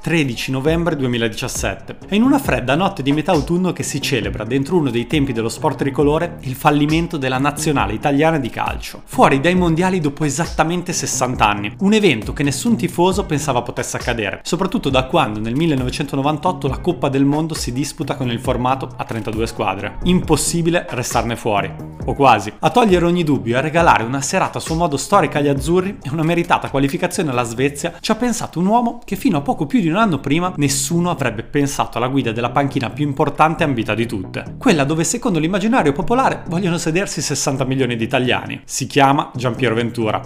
13 novembre 2017. È in una fredda notte di metà autunno che si celebra, dentro uno dei templi dello sport tricolore, il fallimento della nazionale italiana di calcio. Fuori dai mondiali dopo esattamente 60 anni, un evento che nessun tifoso pensava potesse accadere, soprattutto da quando nel 1998 la Coppa del Mondo si disputa con il formato a 32 squadre. Impossibile restarne fuori, o quasi. A togliere ogni dubbio e a regalare una serata a suo modo storica agli azzurri e una meritata qualificazione alla Svezia ci ha pensato un uomo che fino a poco più di un anno prima nessuno avrebbe pensato alla guida della panchina più importante e ambita di tutte, quella dove secondo l'immaginario popolare vogliono sedersi 60 milioni di italiani. Si chiama Giampiero Ventura.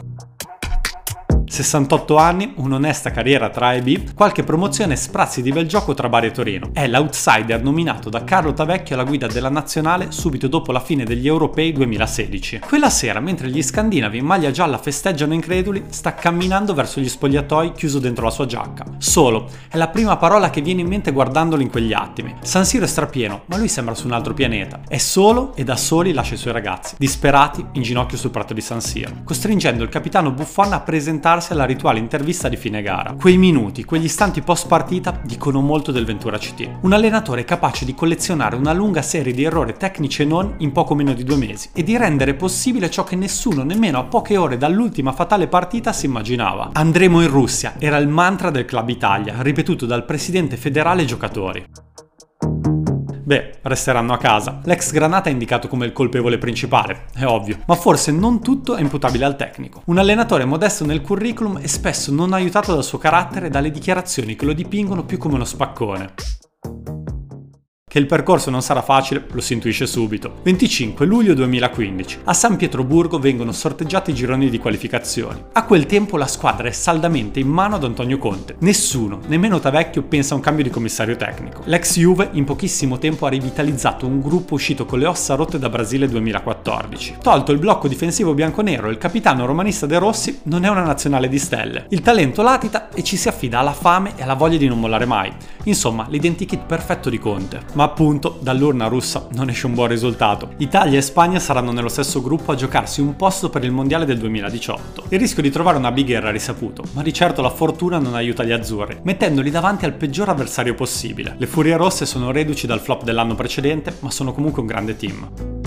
68 anni, un'onesta carriera tra A e B, qualche promozione e sprazzi di bel gioco tra Bari e Torino. È l'outsider nominato da Carlo Tavecchio alla guida della nazionale subito dopo la fine degli Europei 2016. Quella sera, mentre gli scandinavi in maglia gialla festeggiano increduli, sta camminando verso gli spogliatoi chiuso dentro la sua giacca. Solo, è la prima parola che viene in mente guardandolo in quegli attimi. San Siro è strapieno, ma lui sembra su un altro pianeta. È solo e da soli lascia i suoi ragazzi, disperati, in ginocchio sul prato di San Siro, costringendo il capitano Buffon a presentarsi alla rituale intervista di fine gara. Quei minuti, quegli istanti post partita dicono molto del Ventura CT. Un allenatore capace di collezionare una lunga serie di errori tecnici e non in poco meno di 2 mesi e di rendere possibile ciò che nessuno nemmeno a poche ore dall'ultima fatale partita si immaginava. Andremo in Russia era il mantra del Club Italia, ripetuto dal presidente federale e giocatori. Beh, resteranno a casa. L'ex Granata è indicato come il colpevole principale, è ovvio, ma forse non tutto è imputabile al tecnico. Un allenatore modesto nel curriculum e spesso non aiutato dal suo carattere e dalle dichiarazioni che lo dipingono più come uno spaccone. Che il percorso non sarà facile lo si intuisce subito. 25 luglio 2015. A San Pietroburgo vengono sorteggiati i gironi di qualificazioni. A quel tempo la squadra è saldamente in mano ad Antonio Conte. Nessuno, nemmeno Tavecchio, pensa a un cambio di commissario tecnico. L'ex Juve in pochissimo tempo ha rivitalizzato un gruppo uscito con le ossa rotte da Brasile 2014. Tolto il blocco difensivo bianconero e il capitano romanista De Rossi, non è una nazionale di stelle. Il talento latita e ci si affida alla fame e alla voglia di non mollare mai. Insomma, l'identikit perfetto di Conte. Ma appunto, dall'urna russa non esce un buon risultato. Italia e Spagna saranno nello stesso gruppo a giocarsi un posto per il mondiale del 2018. Il rischio di trovare una big era risaputo, ma di certo la fortuna non aiuta gli azzurri, mettendoli davanti al peggior avversario possibile. Le Furie Rosse sono reduci dal flop dell'anno precedente, ma sono comunque un grande team.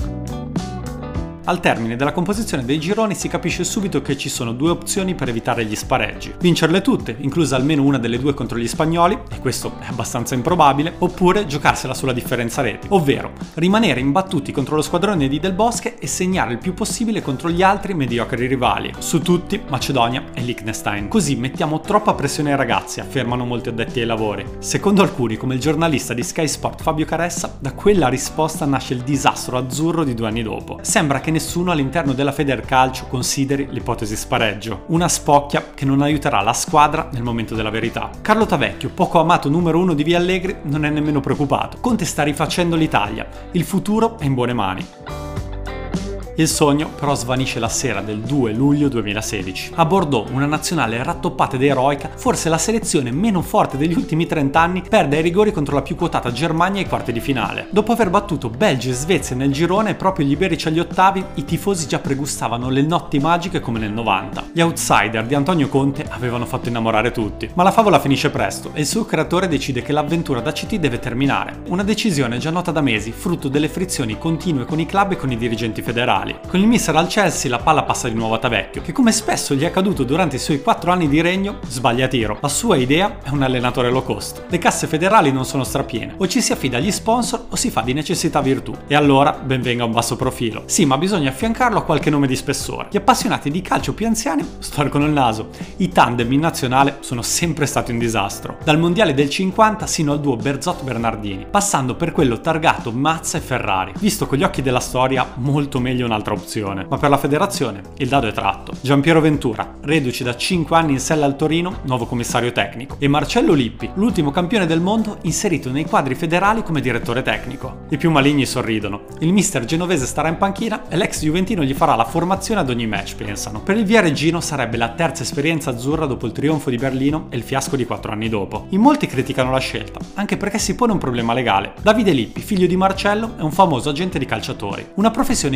Al termine della composizione dei gironi si capisce subito che ci sono 2 opzioni per evitare gli spareggi. Vincerle tutte, inclusa almeno una delle 2 contro gli spagnoli, e questo è abbastanza improbabile, oppure giocarsela sulla differenza reti, ovvero rimanere imbattuti contro lo squadrone di Del Bosque e segnare il più possibile contro gli altri mediocri rivali, su tutti Macedonia e Liechtenstein. Così mettiamo troppa pressione ai ragazzi, affermano molti addetti ai lavori. Secondo alcuni, come il giornalista di Sky Sport Fabio Caressa, da quella risposta nasce il disastro azzurro di 2 anni dopo. Sembra che nessuno all'interno della Federcalcio consideri l'ipotesi spareggio, una spocchia che non aiuterà la squadra nel momento della verità. Carlo Tavecchio, poco amato numero 1 di Via Allegri, non è nemmeno preoccupato. Conte sta rifacendo l'Italia, il futuro è in buone mani. Il sogno però svanisce la sera del 2 luglio 2016. A Bordeaux, una nazionale rattoppata ed eroica, forse la selezione meno forte degli ultimi 30 anni, perde ai rigori contro la più quotata Germania ai quarti di finale. Dopo aver battuto Belgio e Svezia nel girone e proprio gli iberici agli ottavi, i tifosi già pregustavano le notti magiche come nel 90. Gli outsider di Antonio Conte avevano fatto innamorare tutti. Ma la favola finisce presto e il suo creatore decide che l'avventura da CT deve terminare. Una decisione già nota da mesi, frutto delle frizioni continue con i club e con i dirigenti federali. Con il mister al Chelsea la palla passa di nuovo a Tavecchio, che come spesso gli è accaduto durante i suoi 4 anni di regno, sbaglia tiro. La sua idea è un allenatore low cost. Le casse federali non sono strapiene, o ci si affida agli sponsor o si fa di necessità virtù. E allora ben venga un basso profilo. Sì, ma bisogna affiancarlo a qualche nome di spessore. Gli appassionati di calcio più anziani storcono il naso. I tandem in nazionale sono sempre stati un disastro. Dal mondiale del 50 sino al duo Berzot-Bernardini, passando per quello targato Mazza e Ferrari. Visto con gli occhi della storia, molto meglio un'altra opzione. Ma per la federazione il dado è tratto. Giampiero Ventura, reduce da 5 anni in sella al Torino, nuovo commissario tecnico, e Marcello Lippi, l'ultimo campione del mondo, inserito nei quadri federali come direttore tecnico. I più maligni sorridono. Il mister genovese starà in panchina e l'ex juventino gli farà la formazione ad ogni match, pensano. Per il Viareggino sarebbe la terza esperienza azzurra dopo il trionfo di Berlino e il fiasco di 4 anni dopo. In molti criticano la scelta, anche perché si pone un problema legale. Davide Lippi, figlio di Marcello, è un famoso agente di calciatori, una professione incompatibile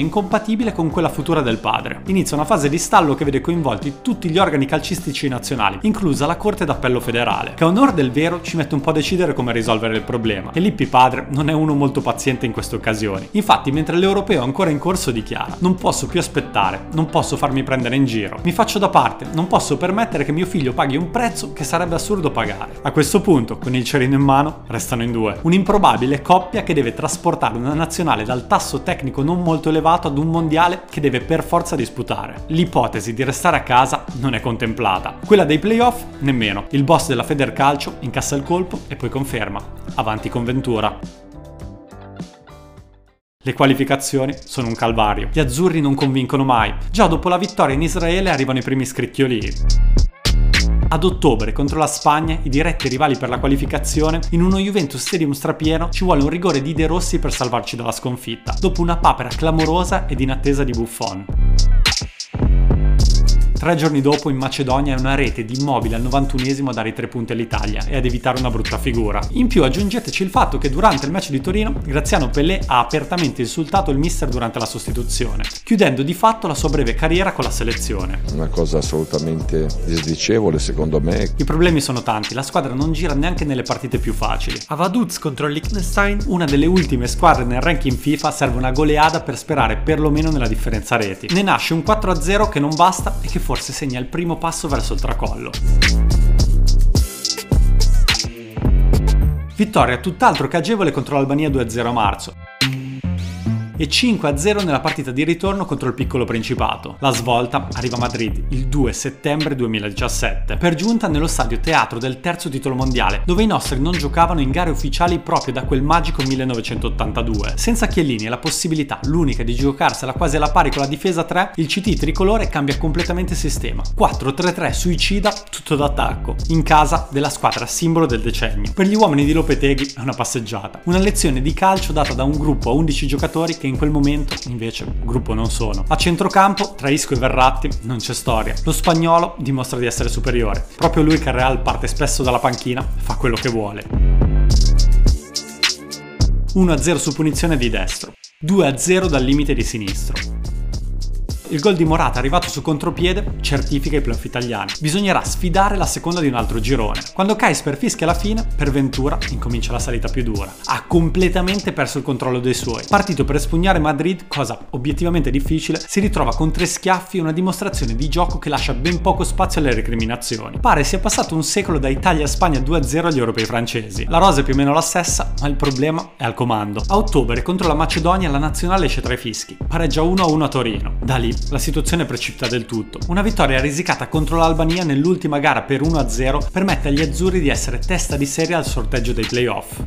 incompatibile con quella futura del padre. Inizia una fase di stallo che vede coinvolti tutti gli organi calcistici nazionali, inclusa la Corte d'Appello federale, che a onor del vero ci mette un po' a decidere come risolvere il problema. E Lippi padre non è uno molto paziente in queste occasioni. Infatti, mentre l'europeo ancora in corso dichiara: non posso più aspettare, non posso farmi prendere in giro, mi faccio da parte, non posso permettere che mio figlio paghi un prezzo che sarebbe assurdo pagare. A questo punto, con il cerino in mano, restano in due. Un'improbabile coppia che deve trasportare una nazionale dal tasso tecnico non molto elevato ad un mondiale che deve per forza disputare. L'ipotesi di restare a casa non è contemplata. Quella dei playoff nemmeno. Il boss della Federcalcio incassa il colpo e poi conferma: avanti con Ventura. Le qualificazioni sono un calvario. Gli azzurri non convincono mai. Già dopo la vittoria in Israele arrivano i primi scricchiolii. Ad ottobre contro la Spagna, i diretti rivali per la qualificazione, in uno Juventus Stadium strapieno ci vuole un rigore di De Rossi per salvarci dalla sconfitta, dopo una papera clamorosa ed in attesa di Buffon. 3 giorni dopo in Macedonia è una rete di Immobile al 91esimo a dare i 3 punti all'Italia e ad evitare una brutta figura. In più aggiungeteci il fatto che durante il match di Torino Graziano Pellè ha apertamente insultato il mister durante la sostituzione, chiudendo di fatto la sua breve carriera con la selezione. Una cosa assolutamente disdicevole secondo me. I problemi sono tanti, la squadra non gira neanche nelle partite più facili. A Vaduz contro il Liechtenstein, una delle ultime squadre nel ranking FIFA, serve una goleada per sperare perlomeno nella differenza reti. Ne nasce un 4-0 che non basta e che forse segna il primo passo verso il tracollo. Vittoria tutt'altro che agevole contro l'Albania 2-0 a marzo e 5-0 nella partita di ritorno contro il piccolo Principato. La svolta arriva a Madrid il 2 settembre 2017, per giunta nello stadio teatro del terzo titolo mondiale, dove i nostri non giocavano in gare ufficiali proprio da quel magico 1982. Senza Chiellini e la possibilità, l'unica, di giocarsela quasi alla pari con la difesa 3, il CT tricolore cambia completamente sistema. 4-3-3 suicida, tutto d'attacco, in casa della squadra simbolo del decennio. Per gli uomini di Lopetegui è una passeggiata, una lezione di calcio data da un gruppo a 11 giocatori che in quel momento invece gruppo non sono. A centrocampo, tra Isco e Verratti, non c'è storia. Lo spagnolo dimostra di essere superiore. Proprio lui, che al Real parte spesso dalla panchina, fa quello che vuole. 1-0 su punizione di destro, 2-0 dal limite di sinistro. Il gol di Morata, arrivato su contropiede, certifica i playoff italiani. Bisognerà sfidare la seconda di un altro girone. Quando Kajsper fischia la fine, per Ventura incomincia la salita più dura. Ha completamente perso il controllo dei suoi. Partito per espugnare Madrid, cosa obiettivamente difficile, si ritrova con 3 schiaffi e una dimostrazione di gioco che lascia ben poco spazio alle recriminazioni. Pare sia passato un secolo da Italia-Spagna 2-0 agli europei francesi. La rosa è più o meno la stessa, ma il problema è al comando. A ottobre contro la Macedonia la nazionale esce tra i fischi. Pareggia 1-1 a Torino. Da lì la situazione precipita del tutto. Una vittoria risicata contro l'Albania nell'ultima gara per 1-0 permette agli azzurri di essere testa di serie al sorteggio dei playoff.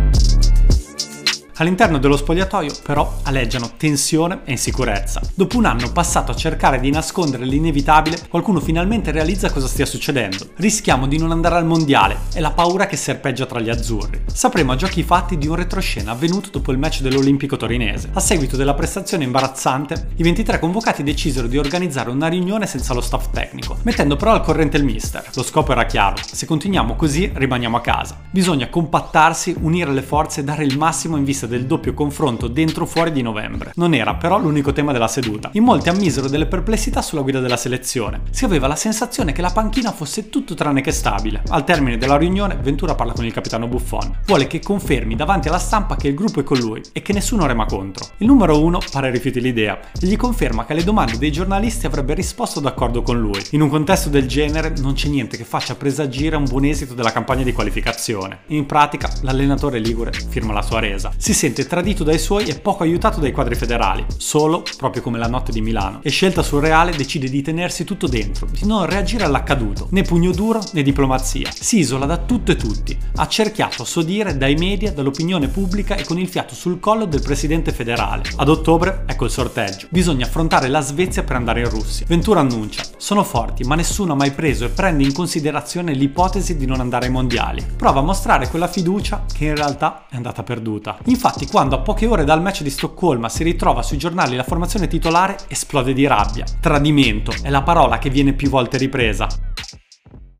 All'interno dello spogliatoio, però, aleggiano tensione e insicurezza. Dopo un anno passato a cercare di nascondere l'inevitabile, qualcuno finalmente realizza cosa stia succedendo. Rischiamo di non andare al mondiale, è la paura che serpeggia tra gli azzurri. Sapremo a giochi fatti di un retroscena avvenuto dopo il match dell'Olimpico torinese. A seguito della prestazione imbarazzante, i 23 convocati decisero di organizzare una riunione senza lo staff tecnico, mettendo però al corrente il mister. Lo scopo era chiaro: se continuiamo così rimaniamo a casa. Bisogna compattarsi, unire le forze e dare il massimo in vista del doppio confronto dentro fuori di novembre. Non era però l'unico tema della seduta. In molti ammisero delle perplessità sulla guida della selezione. Si aveva la sensazione che la panchina fosse tutto tranne che stabile. Al termine della riunione Ventura parla con il capitano Buffon. Vuole che confermi davanti alla stampa che il gruppo è con lui e che nessuno rema contro. Il numero 1 pare rifiuti l'idea e gli conferma che alle domande dei giornalisti avrebbe risposto d'accordo con lui. In un contesto del genere non c'è niente che faccia presagire un buon esito della campagna di qualificazione. In pratica l'allenatore ligure firma la sua resa. Si sente tradito dai suoi e poco aiutato dai quadri federali, solo, proprio come la notte di Milano. E scelta surreale, decide di tenersi tutto dentro, di non reagire all'accaduto, né pugno duro né diplomazia. Si isola da tutto e tutti, accerchiato a suo dire dai media, dall'opinione pubblica e con il fiato sul collo del presidente federale. Ad ottobre ecco il sorteggio. Bisogna affrontare la Svezia per andare in Russia. Ventura annuncia: sono forti, ma nessuno ha mai preso e prende in considerazione l'ipotesi di non andare ai mondiali. Prova a mostrare quella fiducia che in realtà è andata perduta. Infatti, quando a poche ore dal match di Stoccolma si ritrova sui giornali la formazione titolare, esplode di rabbia. Tradimento è la parola che viene più volte ripresa.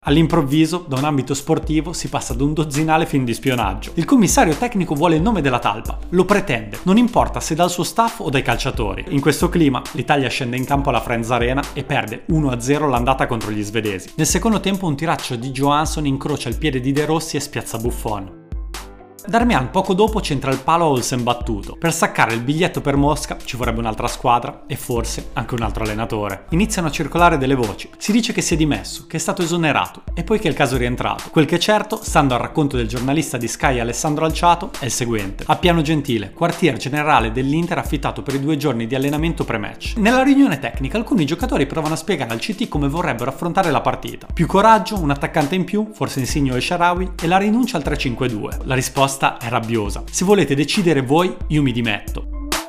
All'improvviso, da un ambito sportivo si passa ad un dozzinale film di spionaggio. Il commissario tecnico vuole il nome della talpa, lo pretende, non importa se dal suo staff o dai calciatori. In questo clima, l'Italia scende in campo alla Friends Arena e perde 1-0 l'andata contro gli svedesi. Nel secondo tempo un tiraccio di Johansson incrocia il piede di De Rossi e spiazza Buffon. Darmian poco dopo centra il palo a Olsen battuto. Per saccare il biglietto per Mosca ci vorrebbe un'altra squadra e forse anche un altro allenatore. Iniziano a circolare delle voci. Si dice che si è dimesso, che è stato esonerato e poi che il caso è rientrato. Quel che è certo, stando al racconto del giornalista di Sky Alessandro Alciato, è il seguente. A Piano Gentile, quartier generale dell'Inter affittato per i 2 giorni di allenamento pre-match. Nella riunione tecnica alcuni giocatori provano a spiegare al CT come vorrebbero affrontare la partita. Più coraggio, un attaccante in più, forse Insigne o El Shaarawy, e la rinuncia al 3-5-2. La risposta è rabbiosa. Se volete decidere voi, io mi dimetto.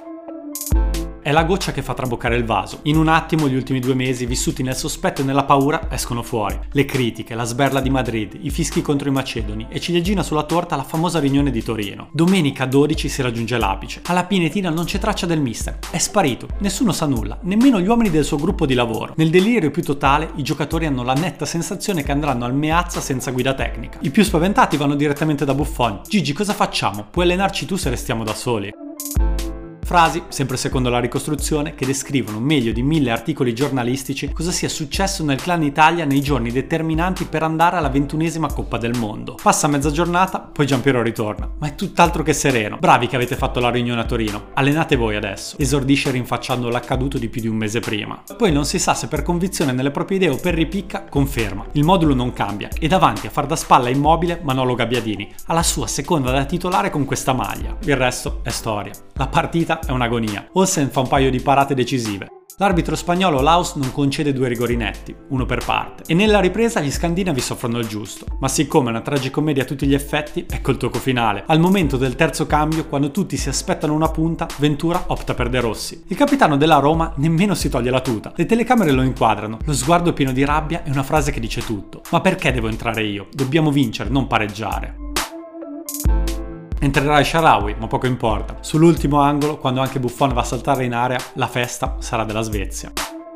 È la goccia che fa traboccare il vaso. In un attimo gli ultimi 2 mesi vissuti nel sospetto e nella paura escono fuori. Le critiche, la sberla di Madrid, i fischi contro i macedoni e ciliegina sulla torta la famosa riunione di Torino. Domenica 12 si raggiunge l'apice. Alla Pinetina non c'è traccia del mister. È sparito. Nessuno sa nulla, nemmeno gli uomini del suo gruppo di lavoro. Nel delirio più totale i giocatori hanno la netta sensazione che andranno al Meazza senza guida tecnica. I più spaventati vanno direttamente da Buffon. Gigi, cosa facciamo? Puoi allenarci tu se restiamo da soli? Frasi, sempre secondo la ricostruzione, che descrivono meglio di 1000 articoli giornalistici cosa sia successo nel clan Italia nei giorni determinanti per andare alla 21esima Coppa del Mondo. Passa mezza giornata, poi Giampiero ritorna, ma è tutt'altro che sereno. Bravi che avete fatto la riunione a Torino, allenate voi adesso. Esordisce rinfacciando l'accaduto di più di un mese prima. Poi non si sa se per convinzione nelle proprie idee o per ripicca, conferma. Il modulo non cambia e davanti a far da spalla immobile Manolo Gabbiadini, alla sua seconda da titolare con questa maglia. Il resto è storia. La partita è un'agonia. Olsen fa un paio di parate decisive. L'arbitro spagnolo Laus non concede 2 rigori netti, uno per parte, e nella ripresa gli scandinavi soffrono il giusto. Ma siccome è una tragicommedia a tutti gli effetti, ecco il tocco finale. Al momento del terzo cambio, quando tutti si aspettano una punta, Ventura opta per De Rossi. Il capitano della Roma nemmeno si toglie la tuta. Le telecamere lo inquadrano, lo sguardo pieno di rabbia e una frase che dice tutto. Ma perché devo entrare io? Dobbiamo vincere, non pareggiare. Entrerà El Shaarawy, ma poco importa. Sull'ultimo angolo, quando anche Buffon va a saltare in area, la festa sarà della Svezia.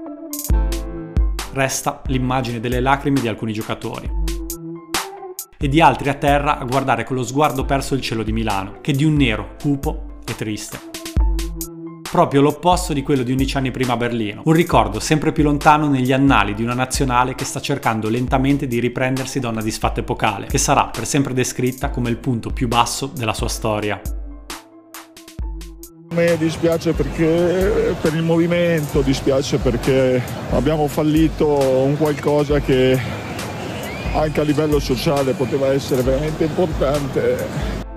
Resta l'immagine delle lacrime di alcuni giocatori e di altri a terra a guardare con lo sguardo perso il cielo di Milano, che è di un nero cupo e triste. Proprio l'opposto di quello di 11 anni prima a Berlino. Un ricordo sempre più lontano negli annali di una nazionale che sta cercando lentamente di riprendersi da una disfatta epocale, che sarà per sempre descritta come il punto più basso della sua storia. A me dispiace perché per il movimento, dispiace perché abbiamo fallito un qualcosa che anche a livello sociale poteva essere veramente importante.